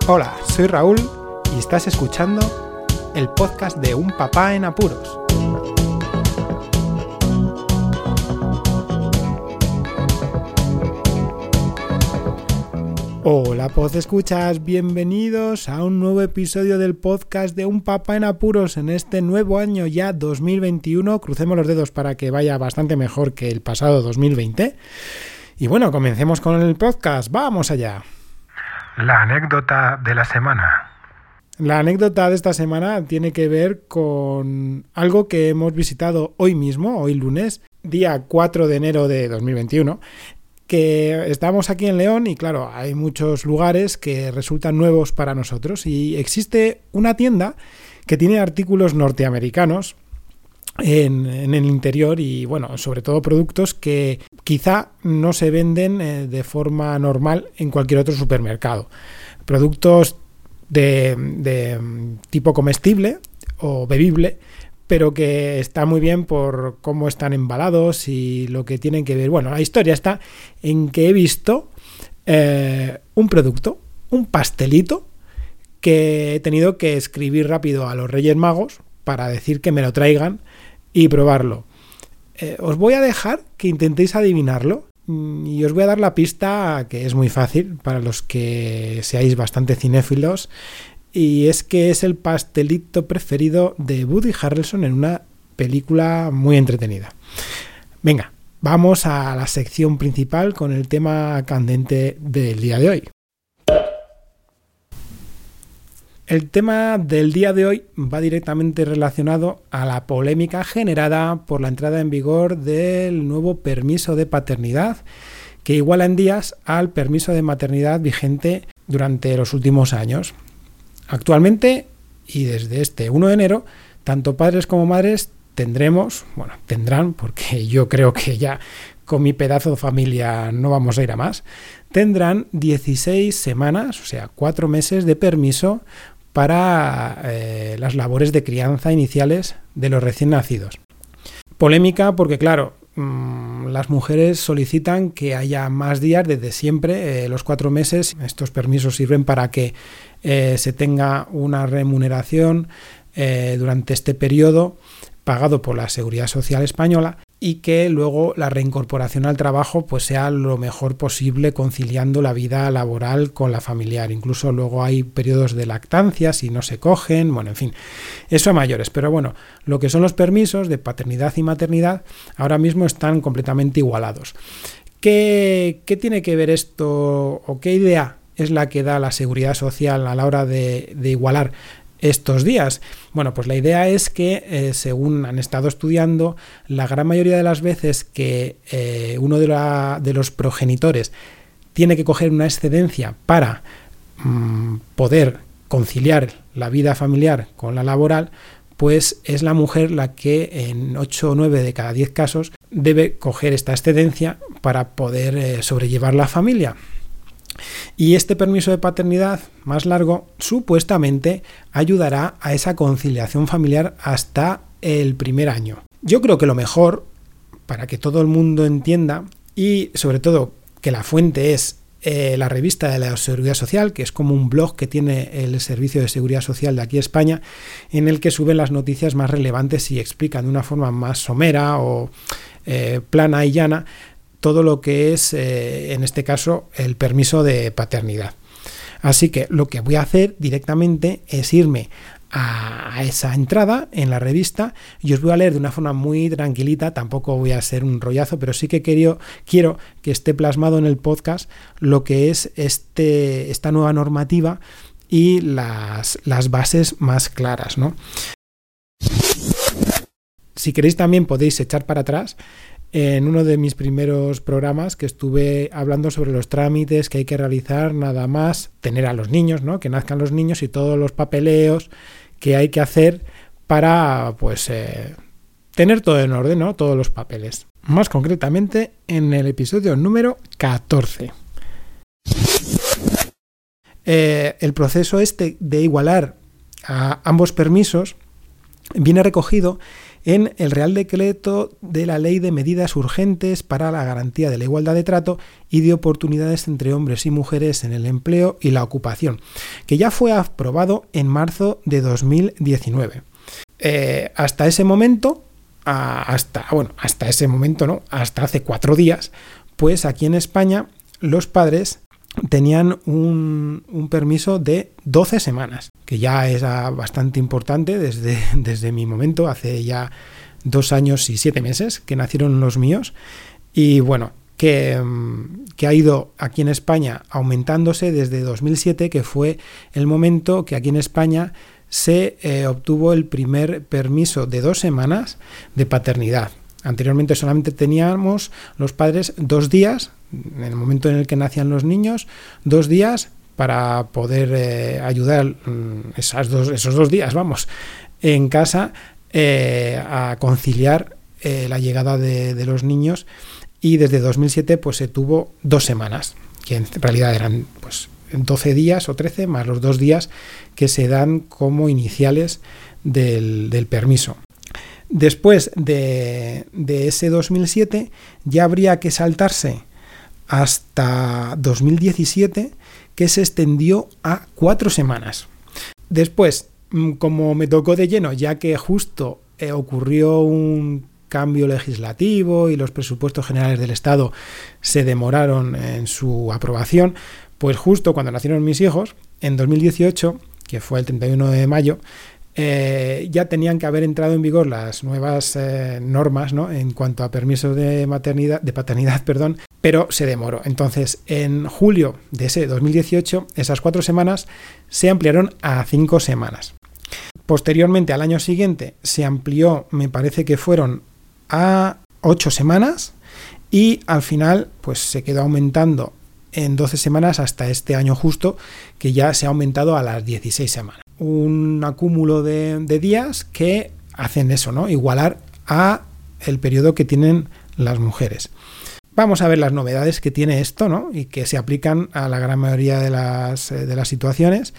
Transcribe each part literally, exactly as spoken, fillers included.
Hola, soy Raúl y estás escuchando el podcast de Un Papá en Apuros. Hola, pod escuchas, bienvenidos a un nuevo episodio del podcast de Un Papá en Apuros en este nuevo año ya dos mil veintiuno. Crucemos los dedos para que vaya bastante mejor que el pasado dos mil veinte. Y bueno, comencemos con el podcast, vamos allá. La anécdota de la semana. La anécdota de esta semana tiene que ver con algo que hemos visitado hoy mismo, hoy lunes, día cuatro de enero de dos mil veintiuno, que estamos aquí en León y claro, hay muchos lugares que resultan nuevos para nosotros y existe una tienda que tiene artículos norteamericanos en, en el interior y bueno, sobre todo productos que quizá no se venden eh, de forma normal en cualquier otro supermercado. Productos de, de tipo comestible o bebible, pero que está muy bien por cómo están embalados y lo que tienen que ver. Bueno, la historia está en que he visto eh, un producto, un pastelito, que he tenido que escribir rápido a los Reyes Magos para decir que me lo traigan y probarlo. Eh, os voy a dejar que intentéis adivinarlo y os voy a dar la pista que es muy fácil para los que seáis bastante cinéfilos. Y es que es el pastelito preferido de Woody Harrelson en una película muy entretenida. Venga, vamos a la sección principal con el tema candente del día de hoy. El tema del día de hoy va directamente relacionado a la polémica generada por la entrada en vigor del nuevo permiso de paternidad, que iguala en días al permiso de maternidad vigente durante los últimos años. Actualmente, y desde este uno de enero, tanto padres como madres tendremos, bueno, tendrán, porque yo creo que ya con mi pedazo de familia no vamos a ir a más, tendrán dieciséis semanas, o sea, cuatro meses de permiso para eh, las labores de crianza iniciales de los recién nacidos. Polémica porque, claro, mmm, las mujeres solicitan que haya más días desde siempre, eh, los cuatro meses. Estos permisos sirven para que eh, se tenga una remuneración eh, durante este periodo pagado por la Seguridad Social Española y que luego la reincorporación al trabajo pues sea lo mejor posible conciliando la vida laboral con la familiar. Incluso luego hay periodos de lactancia si no se cogen, bueno, en fin, eso a mayores. Pero bueno, lo que son los permisos de paternidad y maternidad ahora mismo están completamente igualados. ¿Qué, qué tiene que ver esto o qué idea es la que da la Seguridad Social a la hora de, de igualar estos días? Bueno, pues la idea es que, eh, según han estado estudiando, la gran mayoría de las veces que eh, uno de, la, de los progenitores tiene que coger una excedencia para mmm, poder conciliar la vida familiar con la laboral, pues es la mujer la que en ocho o nueve de cada diez casos debe coger esta excedencia para poder eh, sobrellevar la familia. Y este permiso de paternidad más largo supuestamente ayudará a esa conciliación familiar hasta el primer año. Yo creo que lo mejor, para que todo el mundo entienda y sobre todo que la fuente es eh, la revista de la Seguridad Social, que es como un blog que tiene el Servicio de Seguridad Social de aquí de España, en el que suben las noticias más relevantes y explican de una forma más somera o eh, plana y llana todo lo que es, eh, en este caso, el permiso de paternidad. Así que lo que voy a hacer directamente es irme a, a esa entrada en la revista y os voy a leer de una forma muy tranquilita, tampoco voy a ser un rollazo, pero sí que quiero, quiero que esté plasmado en el podcast lo que es este, esta nueva normativa y las, las bases más claras, ¿no? Si queréis también podéis echar para atrás en uno de mis primeros programas que estuve hablando sobre los trámites que hay que realizar nada más tener a los niños, ¿no? Que nazcan los niños y todos los papeleos que hay que hacer para pues eh, tener todo en orden, ¿no? Todos los papeles. Más concretamente en el episodio número catorce. Eh, el proceso este de igualar a ambos permisos viene recogido en el Real Decreto de la Ley de Medidas Urgentes para la Garantía de la Igualdad de Trato y de Oportunidades entre Hombres y Mujeres en el Empleo y la Ocupación, que ya fue aprobado en marzo de dos mil diecinueve. Eh, hasta ese momento, a, hasta, bueno, hasta ese momento, ¿no? Hasta hace cuatro días, pues aquí en España los padres tenían un, un permiso de doce semanas, que ya es bastante importante desde, desde mi momento, hace ya dos años y siete meses que nacieron los míos, y bueno, que, que ha ido aquí en España aumentándose desde dos mil siete, que fue el momento que aquí en España se eh, obtuvo el primer permiso de dos semanas de paternidad. Anteriormente solamente teníamos los padres dos días, en el momento en el que nacían los niños, dos días para poder eh, ayudar esas dos, esos dos días, vamos, en casa eh, a conciliar eh, la llegada de, de los niños, y desde dos mil siete pues se tuvo dos semanas, que en realidad eran pues doce días o trece más los dos días que se dan como iniciales del, del permiso. Después de, de ese dos mil siete ya habría que saltarse hasta dos mil diecisiete, que se extendió a cuatro semanas. Después, como me tocó de lleno, ya que justo eh, ocurrió un cambio legislativo y los presupuestos generales del Estado se demoraron en su aprobación, pues justo cuando nacieron mis hijos, en dos mil dieciocho, que fue el treinta y uno de mayo, Eh, ya tenían que haber entrado en vigor las nuevas eh, normas, ¿no?, en cuanto a permisos de maternidad, de paternidad, perdón, pero se demoró. Entonces, en julio de ese dos mil dieciocho, esas cuatro semanas se ampliaron a cinco semanas. Posteriormente, al año siguiente, se amplió, me parece que fueron a ocho semanas, y al final, pues se quedó aumentando en doce semanas hasta este año justo, que ya se ha aumentado a las dieciséis semanas. Un acúmulo de, de días que hacen eso, ¿no?, igualar a el periodo que tienen las mujeres. Vamos a ver las novedades que tiene esto, ¿no?, y que se aplican a la gran mayoría de las, de las situaciones,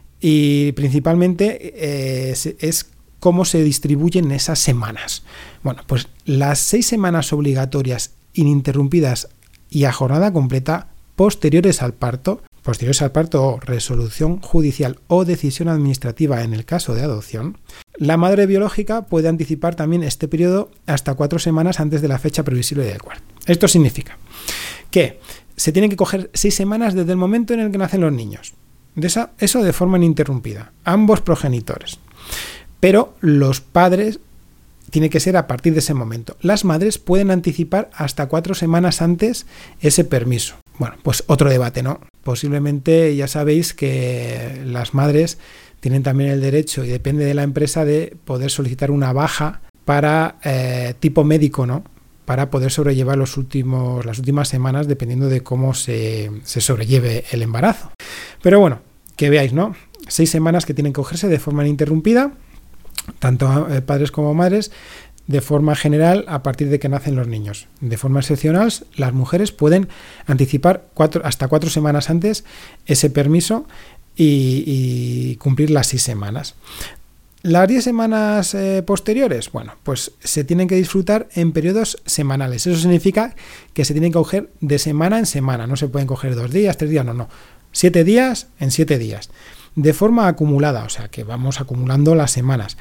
y principalmente eh, es, es cómo se distribuyen esas semanas. Bueno, pues las seis semanas obligatorias ininterrumpidas y a jornada completa posteriores al parto, posteriores al parto o resolución judicial o decisión administrativa en el caso de adopción, la madre biológica puede anticipar también este periodo hasta cuatro semanas antes de la fecha previsible del cuarto. Esto significa que se tienen que coger seis semanas desde el momento en el que nacen los niños. De esa, eso de forma ininterrumpida, ambos progenitores. Pero los padres tiene que ser a partir de ese momento. Las madres pueden anticipar hasta cuatro semanas antes ese permiso. Bueno, pues otro debate, ¿no? Posiblemente ya sabéis que las madres tienen también el derecho, y depende de la empresa, de poder solicitar una baja para eh, tipo médico, ¿no?, para poder sobrellevar los últimos, las últimas semanas, dependiendo de cómo se, se sobrelleve el embarazo. Pero bueno, que veáis, ¿no? Seis semanas que tienen que cogerse de forma ininterrumpida, tanto eh, padres como madres, de forma general a partir de que nacen los niños. De forma excepcional, las mujeres pueden anticipar cuatro, hasta cuatro semanas antes ese permiso y, y cumplir las seis semanas. Las diez semanas eh, posteriores, bueno, pues se tienen que disfrutar en periodos semanales. Eso significa que se tienen que coger de semana en semana. No se pueden coger dos días, tres días, no, no. Siete días en siete días. De forma acumulada, o sea que vamos acumulando las semanas.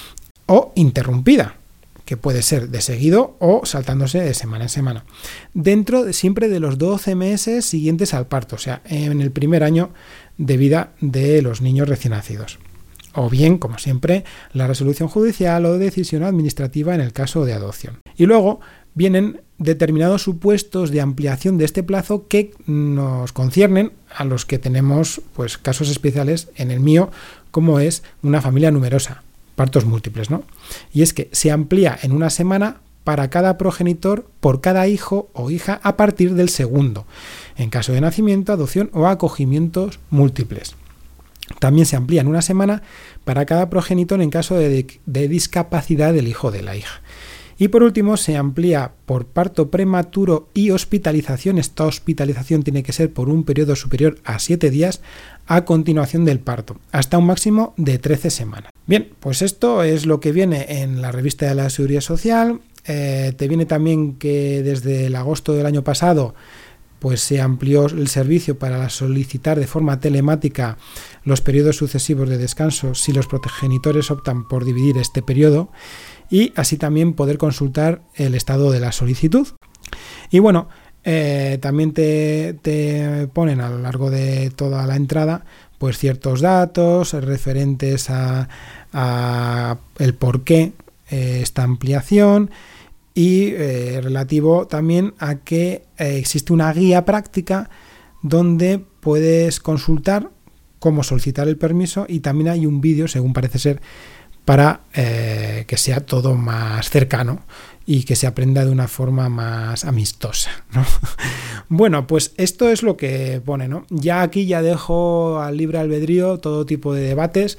O interrumpida, que puede ser de seguido o saltándose de semana en semana. Dentro de, siempre de los doce meses siguientes al parto, o sea, en el primer año de vida de los niños recién nacidos. O bien, como siempre, la resolución judicial o decisión administrativa en el caso de adopción. Y luego vienen determinados supuestos de ampliación de este plazo que nos conciernen a los que tenemos pues casos especiales, en el mío, como es una familia numerosa, partos múltiples, ¿no? Y es que se amplía en una semana para cada progenitor por cada hijo o hija a partir del segundo, en caso de nacimiento, adopción o acogimientos múltiples. También se amplía en una semana para cada progenitor en caso de, de discapacidad del hijo o de la hija. Y por último, se amplía por parto prematuro y hospitalización. Esta hospitalización tiene que ser por un periodo superior a siete días a continuación del parto, hasta un máximo de trece semanas. Bien, pues esto es lo que viene en la revista de la Seguridad Social. Eh, te viene también que desde el agosto del año pasado pues se amplió el servicio para solicitar de forma telemática los periodos sucesivos de descanso si los progenitores optan por dividir este periodo, y así también poder consultar el estado de la solicitud. Y bueno, eh, también te, te ponen a lo largo de toda la entrada pues ciertos datos referentes a, a el por qué eh, esta ampliación, y eh, relativo también a que eh, existe una guía práctica donde puedes consultar cómo solicitar el permiso, y también hay un vídeo, según parece ser, para eh, que sea todo más cercano y que se aprenda de una forma más amistosa, ¿no? Bueno, pues esto es lo que pone, ¿no? Ya aquí ya dejo al libre albedrío todo tipo de debates.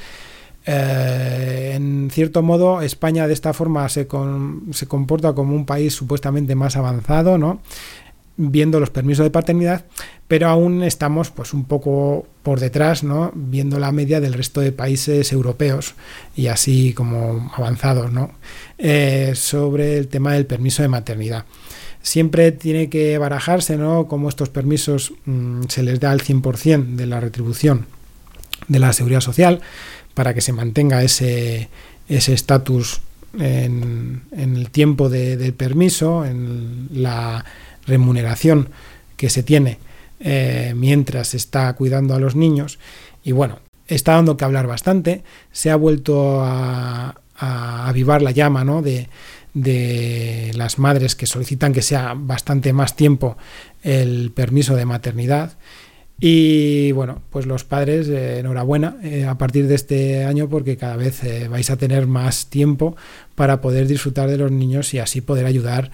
Eh, en cierto modo, España de esta forma se, con, se comporta como un país supuestamente más avanzado, ¿no? Viendo los permisos de paternidad, pero aún estamos pues un poco por detrás, ¿no? Viendo la media del resto de países europeos y así como avanzados, ¿no? Eh, sobre el tema del permiso de maternidad. Siempre tiene que barajarse, ¿no? Cómo estos permisos mmm, se les da el cien por ciento de la retribución de la Seguridad Social, para que se mantenga ese ese estatus en, en el tiempo de, del permiso, en la remuneración que se tiene eh, mientras se está cuidando a los niños. Y bueno, está dando que hablar bastante. Se ha vuelto a, a avivar la llama, ¿no? de, de las madres que solicitan que sea bastante más tiempo el permiso de maternidad. Y bueno, pues los padres, eh, enhorabuena eh, a partir de este año, porque cada vez eh, vais a tener más tiempo para poder disfrutar de los niños y así poder ayudar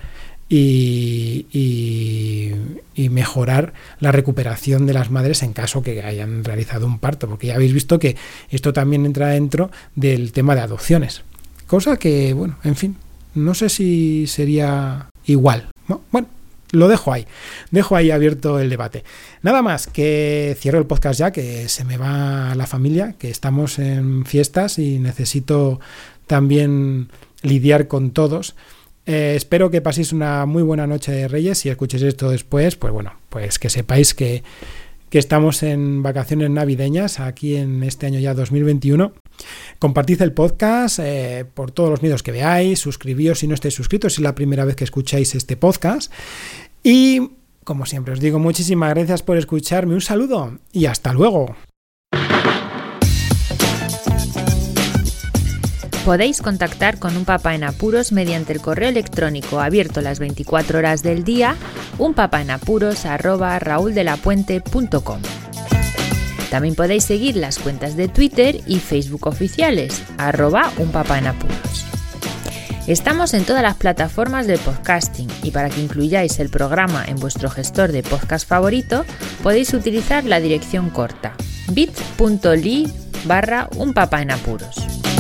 y, y, y mejorar la recuperación de las madres en caso que hayan realizado un parto, porque ya habéis visto que esto también entra dentro del tema de adopciones, cosa que, bueno, en fin, no sé si sería igual, ¿no? Bueno, lo dejo ahí, dejo ahí abierto el debate. Nada más, que cierro el podcast ya, que se me va la familia, que estamos en fiestas y necesito también lidiar con todos. Eh, espero que paséis una muy buena noche de Reyes. Si escuchéis esto después, pues bueno, pues que sepáis que, que estamos en vacaciones navideñas aquí en este año ya dos mil veintiuno. Compartid el podcast eh, por todos los medios que veáis, suscribíos si no estáis suscritos, si es la primera vez que escucháis este podcast. Y, como siempre os digo, muchísimas gracias por escucharme, un saludo y hasta luego. Podéis contactar con Un Papá en Apuros mediante el correo electrónico abierto las veinticuatro horas del día, unpapaenapuros arroba raúldelapuente punto com. También podéis seguir las cuentas de Twitter y Facebook oficiales, arroba unpapaenapuros. Estamos en todas las plataformas de podcasting, y para que incluyáis el programa en vuestro gestor de podcast favorito, podéis utilizar la dirección corta bit.ly barra unpapaenapuros.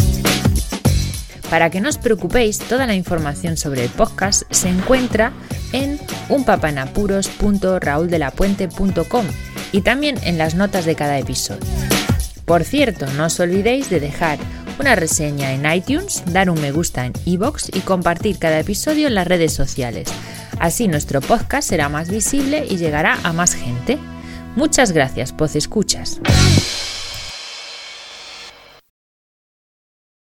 Para que no os preocupéis, toda la información sobre el podcast se encuentra en unpapaenapuros punto raúldelapuente punto com y también en las notas de cada episodio. Por cierto, no os olvidéis de dejar una reseña en iTunes, dar un me gusta en iVoox y compartir cada episodio en las redes sociales. Así nuestro podcast será más visible y llegará a más gente. Muchas gracias, Pod Escuchas.